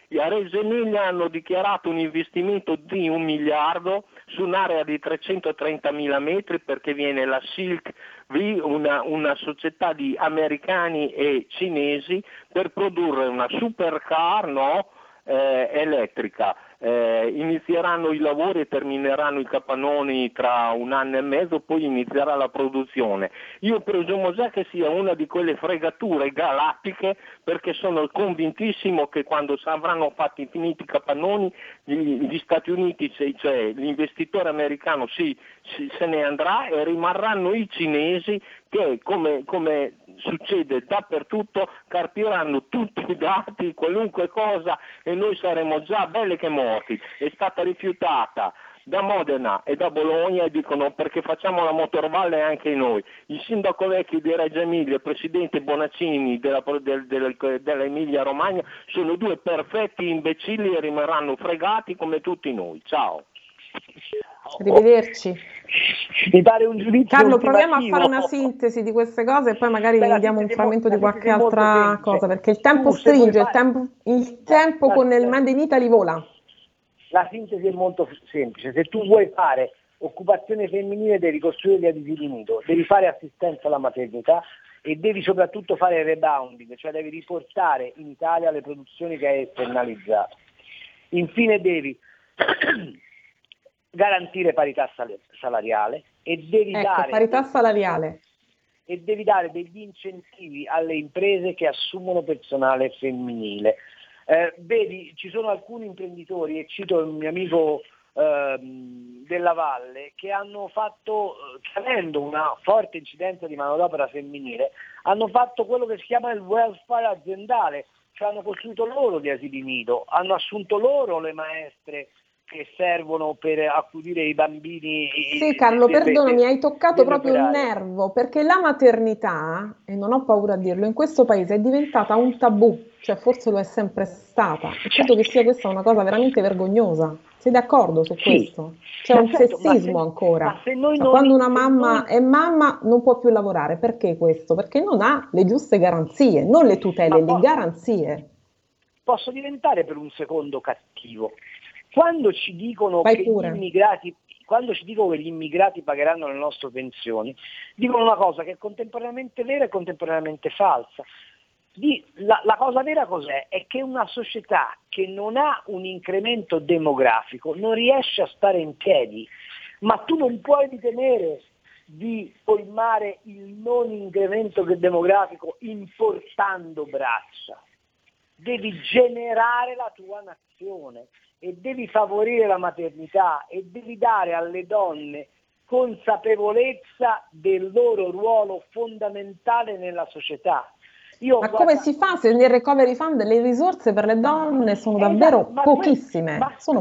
A Reggio Emilia hanno dichiarato un investimento di 1 miliardo su un'area di 330.000 metri perché viene la Silk V, una società di americani e cinesi per produrre una supercar, elettrica. Inizieranno i lavori e termineranno i capannoni tra 1 anno e mezzo, poi inizierà la produzione. Io presumo già che sia una di quelle fregature galattiche, perché sono convintissimo che quando avranno fatti finiti i capannoni gli Stati Uniti, cioè l'investitore americano se ne andrà e rimarranno i cinesi che, come succede dappertutto, carpiranno tutti i dati, qualunque cosa, e noi saremo già belle che morti. È stata rifiutata da Modena e da Bologna e dicono perché facciamo la motorvalle anche noi. Il sindaco Vecchio di Reggio Emilia e il presidente Bonaccini della Emilia Romagna sono due perfetti imbecilli e rimarranno fregati come tutti noi. Ciao. Arrivederci. Mi pare un giudizio Carlo, proviamo a fare una sintesi di queste cose e poi magari vediamo un frammento di qualche altra cosa, perché il tempo stringe, il tempo con il Made in Italy vola. La sintesi è molto semplice: se tu vuoi fare occupazione femminile devi costruire gli asili nido, devi fare assistenza alla maternità e devi soprattutto fare rebounding, cioè devi riportare in Italia le produzioni che hai esternalizzato. Infine devi garantire parità salariale e devi dare degli incentivi alle imprese che assumono personale femminile. Vedi, ci sono alcuni imprenditori, e cito un mio amico della Valle, che hanno fatto, avendo una forte incidenza di manodopera femminile, hanno fatto quello che si chiama il welfare aziendale, cioè hanno costruito loro gli asili nido, hanno assunto loro le maestre che servono per accudire i bambini. Sì, Carlo, perdonami, hai toccato proprio un nervo, perché la maternità, e non ho paura a dirlo, in questo paese è diventata un tabù, cioè forse lo è sempre stata, e credo che sia questa una cosa veramente vergognosa. Sei d'accordo su questo? C'è un sessismo ancora. Quando una mamma è mamma non può più lavorare, perché questo? Perché non ha le giuste garanzie, non le tutele, le garanzie. Posso diventare per un secondo cattivo? Quando ci dicono che gli immigrati pagheranno le nostre pensioni, dicono una cosa che è contemporaneamente vera e contemporaneamente falsa. La cosa vera cos'è? È che una società che non ha un incremento demografico non riesce a stare in piedi, ma tu non puoi ritenere di colmare il non incremento demografico importando braccia. Devi generare la tua nazione e devi favorire la maternità e devi dare alle donne consapevolezza del loro ruolo fondamentale nella società. Come si fa se nel Recovery Fund le risorse per le donne sono davvero pochissime?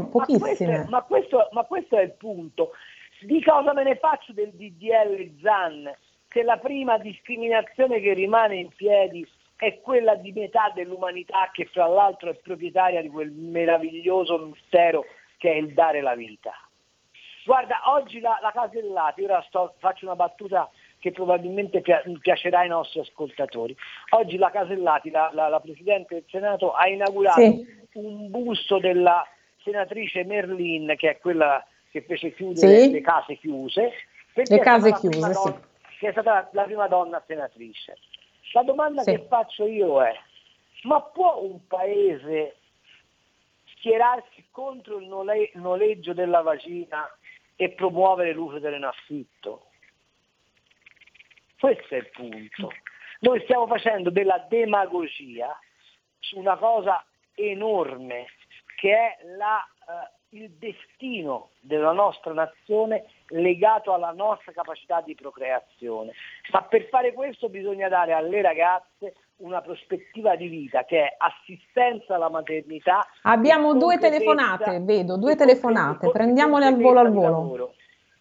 Ma questo è il punto. Di cosa me ne faccio del DDL Zan, se la prima discriminazione che rimane in piedi è quella di metà dell'umanità, che fra l'altro è proprietaria di quel meraviglioso mistero che è il dare la vita. Guarda, oggi la Casellati, ora faccio una battuta che probabilmente piacerà ai nostri ascoltatori. Oggi la Casellati, la Presidente del Senato, ha inaugurato un busto della senatrice Merlin, che è quella che fece chiudere le case chiuse, che è stata la prima donna senatrice. La domanda che faccio io è: ma può un paese schierarsi contro il noleggio della vagina e promuovere l'uso dell'inaffitto? Questo è il punto. Noi stiamo facendo della demagogia su una cosa enorme, che è il destino della nostra nazione legato alla nostra capacità di procreazione. Ma per fare questo bisogna dare alle ragazze una prospettiva di vita che è assistenza alla maternità. Abbiamo due telefonate, prendiamole al volo.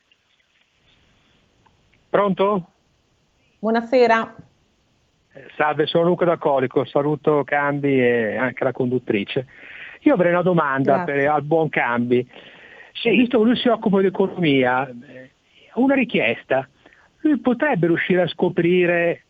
Pronto? Buonasera. Salve, sono Luca da Colico, saluto Cambi e anche la conduttrice. Io avrei una domanda al buon Cambi. Visto che lui si occupa di economia, una richiesta: lui potrebbe riuscire a scoprire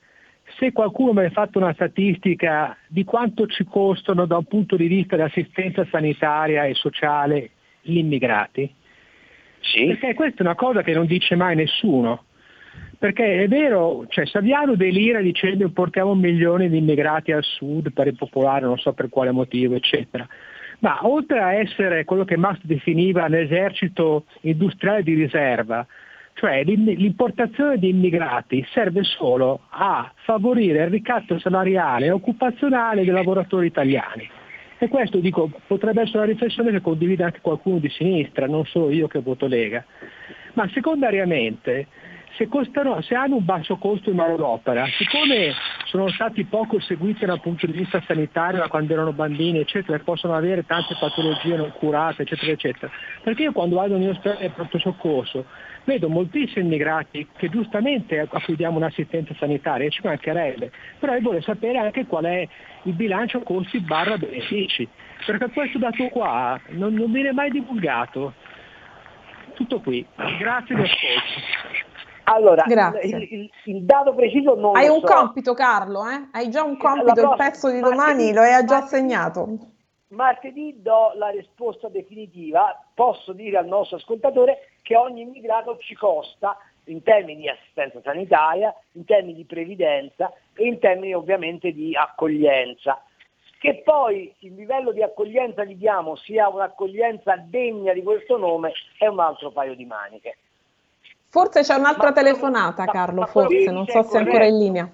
se qualcuno mi ha fatto una statistica di quanto ci costano da un punto di vista di assistenza sanitaria e sociale gli immigrati? Sì. Perché questa è una cosa che non dice mai nessuno. Perché è vero, cioè Saviano delira dicendo portiamo milioni di immigrati al sud per ripopolare, non so per quale motivo, eccetera. Ma oltre a essere quello che Marx definiva l'esercito industriale di riserva, cioè l'importazione di immigrati serve solo a favorire il ricatto salariale e occupazionale dei lavoratori italiani. E questo, dico, potrebbe essere una riflessione che condivide anche qualcuno di sinistra, non solo io che voto Lega. Ma secondariamente, se hanno un basso costo di manodopera, siccome sono stati poco seguiti dal punto di vista sanitario da quando erano bambini, eccetera, e possono avere tante patologie non curate, eccetera, eccetera. Perché io quando vado in ospedale di pronto soccorso vedo moltissimi immigrati che giustamente a cui diamo un'assistenza sanitaria, e ci mancherebbe, però io vorrei sapere anche qual è il bilancio costi/benefici, perché questo dato qua non viene mai divulgato. Tutto qui, grazie di ascolto. Allora, il dato preciso non hai lo un compito, Carlo, eh? Hai già un compito, il pezzo di domani lo hai già assegnato. Martedì do la risposta definitiva. Posso dire al nostro ascoltatore che ogni immigrato ci costa in termini di assistenza sanitaria, in termini di previdenza e in termini ovviamente di accoglienza. Che poi il livello di accoglienza gli diamo sia un'accoglienza degna di questo nome è un altro paio di maniche. Forse c'è un'altra telefonata, Carlo, forse, non so se è ancora in linea.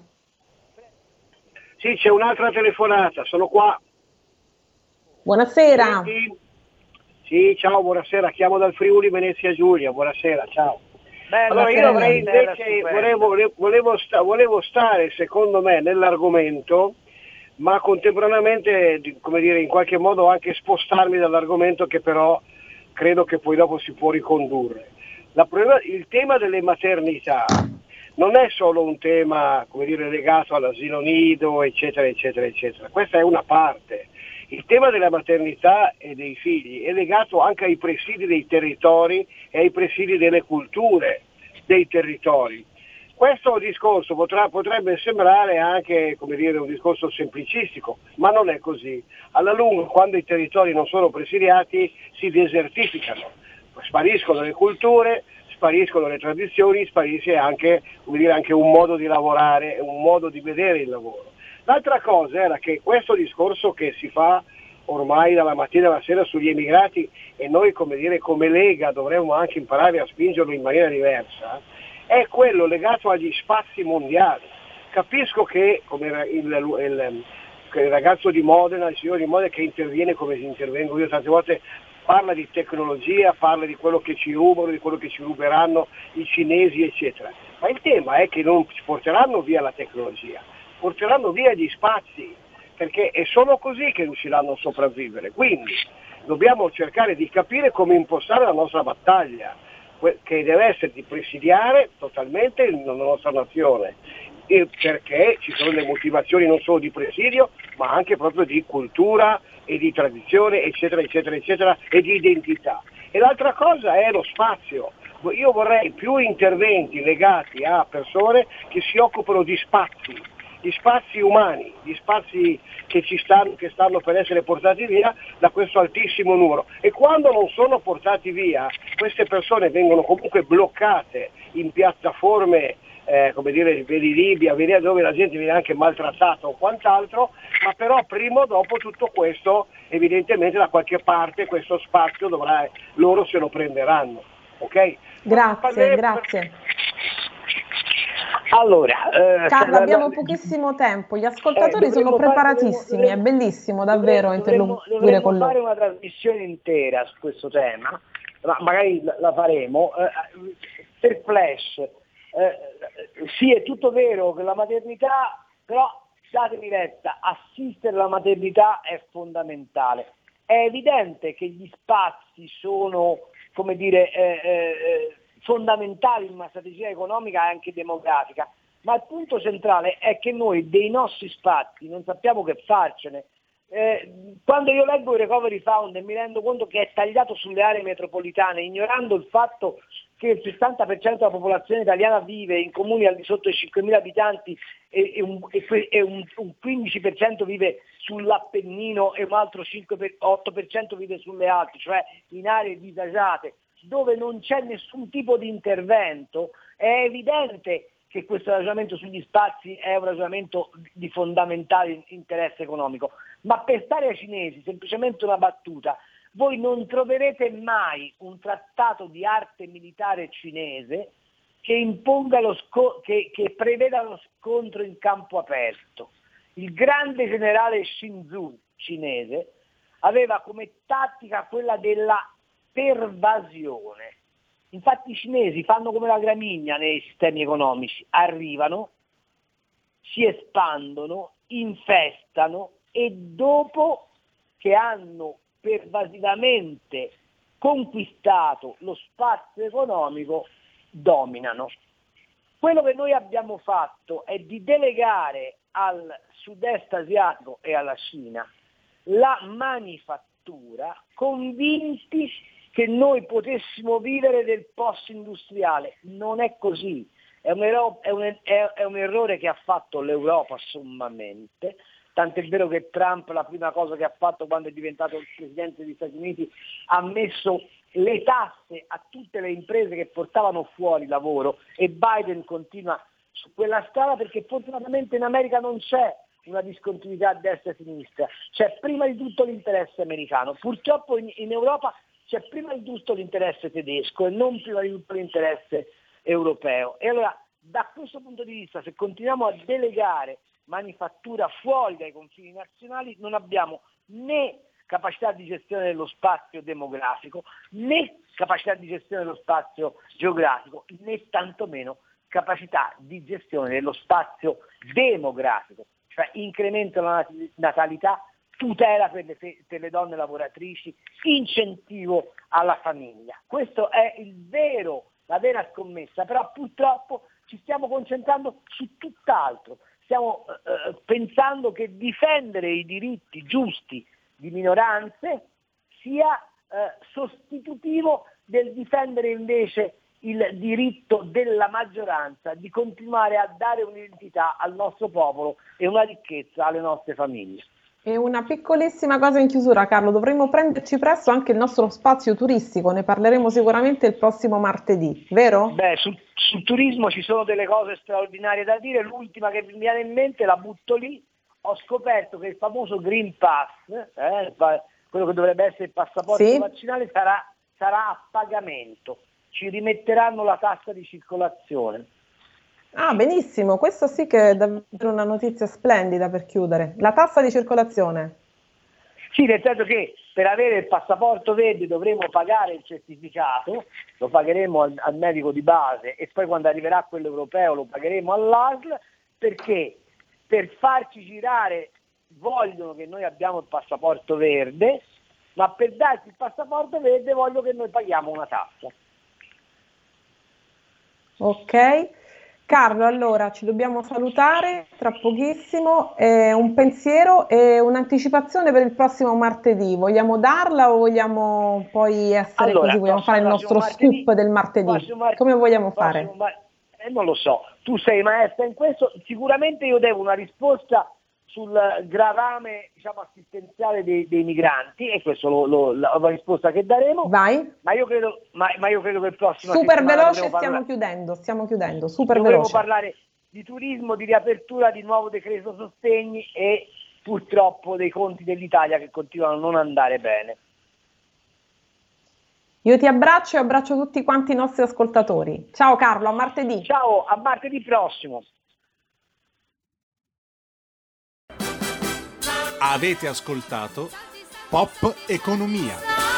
Sì, c'è un'altra telefonata, sono qua. Buonasera. Sì, ciao, buonasera, chiamo dal Friuli Venezia Giulia, buonasera, ciao. Allora io avrei invece, volevo stare, secondo me, nell'argomento, ma contemporaneamente, come dire, in qualche modo anche spostarmi dall'argomento che però credo che poi dopo si può ricondurre. Il tema delle maternità non è solo un tema, come dire, legato all'asilo nido, eccetera, eccetera, eccetera. Questa è una parte. Il tema della maternità e dei figli è legato anche ai presidi dei territori e ai presidi delle culture dei territori. Questo discorso potrebbe sembrare anche, come dire, un discorso semplicistico, ma non è così. Alla lunga, quando i territori non sono presidiati, si desertificano. Spariscono le culture, spariscono le tradizioni, sparisce anche, come dire, anche un modo di lavorare, un modo di vedere il lavoro. L'altra cosa era che questo discorso che si fa ormai dalla mattina alla sera sugli emigrati, e noi come Lega dovremmo anche imparare a spingerlo in maniera diversa, è quello legato agli spazi mondiali. Capisco che come il ragazzo di Modena, il signore di Modena che interviene come intervengo io tante volte, parla di tecnologia, parla di quello che ci rubano, di quello che ci ruberanno i cinesi, eccetera. Ma il tema è che non ci porteranno via la tecnologia, porteranno via gli spazi, perché è solo così che riusciranno a sopravvivere. Quindi dobbiamo cercare di capire come impostare la nostra battaglia, che deve essere di presidiare totalmente la nostra nazione, perché ci sono le motivazioni non solo di presidio, ma anche proprio di cultura e di tradizione, eccetera, eccetera, eccetera, e di identità. E l'altra cosa è lo spazio. Io vorrei più interventi legati a persone che si occupano di spazi umani, di spazi che stanno per essere portati via da questo altissimo numero. E quando non sono portati via, queste persone vengono comunque bloccate in piattaforme, come dire, vedi Libia, dove la gente viene anche maltrattata o quant'altro, ma però prima o dopo tutto questo, evidentemente da qualche parte questo spazio loro se lo prenderanno. Ok? Grazie. Allora, Carlo, abbiamo pochissimo tempo, gli ascoltatori sono preparatissimi, è bellissimo davvero interloquire con loro. Fare una trasmissione intera su questo tema, ma magari la faremo, per flash. Sì, è tutto vero che la maternità, però datemi retta, assistere alla maternità è fondamentale. È evidente che gli spazi sono, come dire, fondamentali in una strategia economica e anche demografica, ma il punto centrale è che noi dei nostri spazi non sappiamo che farcene. Quando io leggo il Recovery Fund e mi rendo conto che è tagliato sulle aree metropolitane, ignorando il fatto che il 60% della popolazione italiana vive in comuni al di sotto dei 5.000 abitanti e un 15% vive sull'Appennino e un altro 8% vive sulle Alpi, cioè in aree disagiate, dove non c'è nessun tipo di intervento, è evidente che questo ragionamento sugli spazi è un ragionamento di fondamentale interesse economico. Ma per stare ai cinesi, semplicemente una battuta, voi non troverete mai un trattato di arte militare cinese che imponga che preveda lo scontro in campo aperto. Il grande generale Shinzu cinese aveva come tattica quella della pervasione. Infatti i cinesi fanno come la gramigna nei sistemi economici, arrivano, si espandono, infestano e dopo che hanno pervasivamente conquistato lo spazio economico dominano. Quello che noi abbiamo fatto è di delegare al sud-est asiatico e alla Cina la manifattura, convinti che noi potessimo vivere del post-industriale. Non è così, è un errore che ha fatto l'Europa sommamente, tant'è vero che Trump la prima cosa che ha fatto quando è diventato il presidente degli Stati Uniti ha messo le tasse a tutte le imprese che portavano fuori lavoro, e Biden continua su quella strada perché fortunatamente in America non c'è una discontinuità a destra e a sinistra, c'è prima di tutto l'interesse americano. Purtroppo in Europa c'è prima di tutto l'interesse tedesco e non prima di tutto l'interesse europeo. E allora da questo punto di vista, se continuiamo a delegare manifattura fuori dai confini nazionali, non abbiamo né capacità di gestione dello spazio demografico, né capacità di gestione dello spazio geografico, né tantomeno capacità di gestione dello spazio demografico, cioè incremento della natalità, tutela per le donne lavoratrici, incentivo alla famiglia. Questo è la vera scommessa, però purtroppo ci stiamo concentrando su tutt'altro. Stiamo pensando che difendere i diritti giusti di minoranze sia sostitutivo del difendere invece il diritto della maggioranza di continuare a dare un'identità al nostro popolo e una ricchezza alle nostre famiglie. E una piccolissima cosa in chiusura, Carlo, dovremmo prenderci presto anche il nostro spazio turistico, ne parleremo sicuramente il prossimo martedì, vero? Beh, sul turismo ci sono delle cose straordinarie da dire, l'ultima che mi viene in mente, la butto lì, ho scoperto che il famoso Green Pass, quello che dovrebbe essere il passaporto vaccinale, sarà a pagamento, ci rimetteranno la tassa di circolazione. Ah, benissimo, questo sì che è davvero una notizia splendida per chiudere. La tassa di circolazione? Sì, nel senso che per avere il passaporto verde dovremo pagare il certificato, lo pagheremo al medico di base e poi quando arriverà quello europeo lo pagheremo all'ASL, perché per farci girare vogliono che noi abbiamo il passaporto verde, ma per darci il passaporto verde vogliono che noi paghiamo una tassa. Ok. Carlo, allora ci dobbiamo salutare tra pochissimo, un pensiero e un'anticipazione per il prossimo martedì, vogliamo darla o vogliamo poi essere così, vogliamo fare il nostro scoop del martedì, come vogliamo fare? Non lo so, tu sei maestra in questo, sicuramente io devo una risposta sul gravame assistenziale dei migranti e questo la risposta che daremo. Vai. Ma io credo che il prossimo super veloce stiamo chiudendo, super veloce. Dovremo parlare di turismo, di riapertura, di nuovo decreto sostegni e purtroppo dei conti dell'Italia che continuano a non andare bene. Io ti abbraccio e abbraccio tutti quanti i nostri ascoltatori. Ciao Carlo, a martedì. Ciao, a martedì prossimo. Avete ascoltato Pop Economia.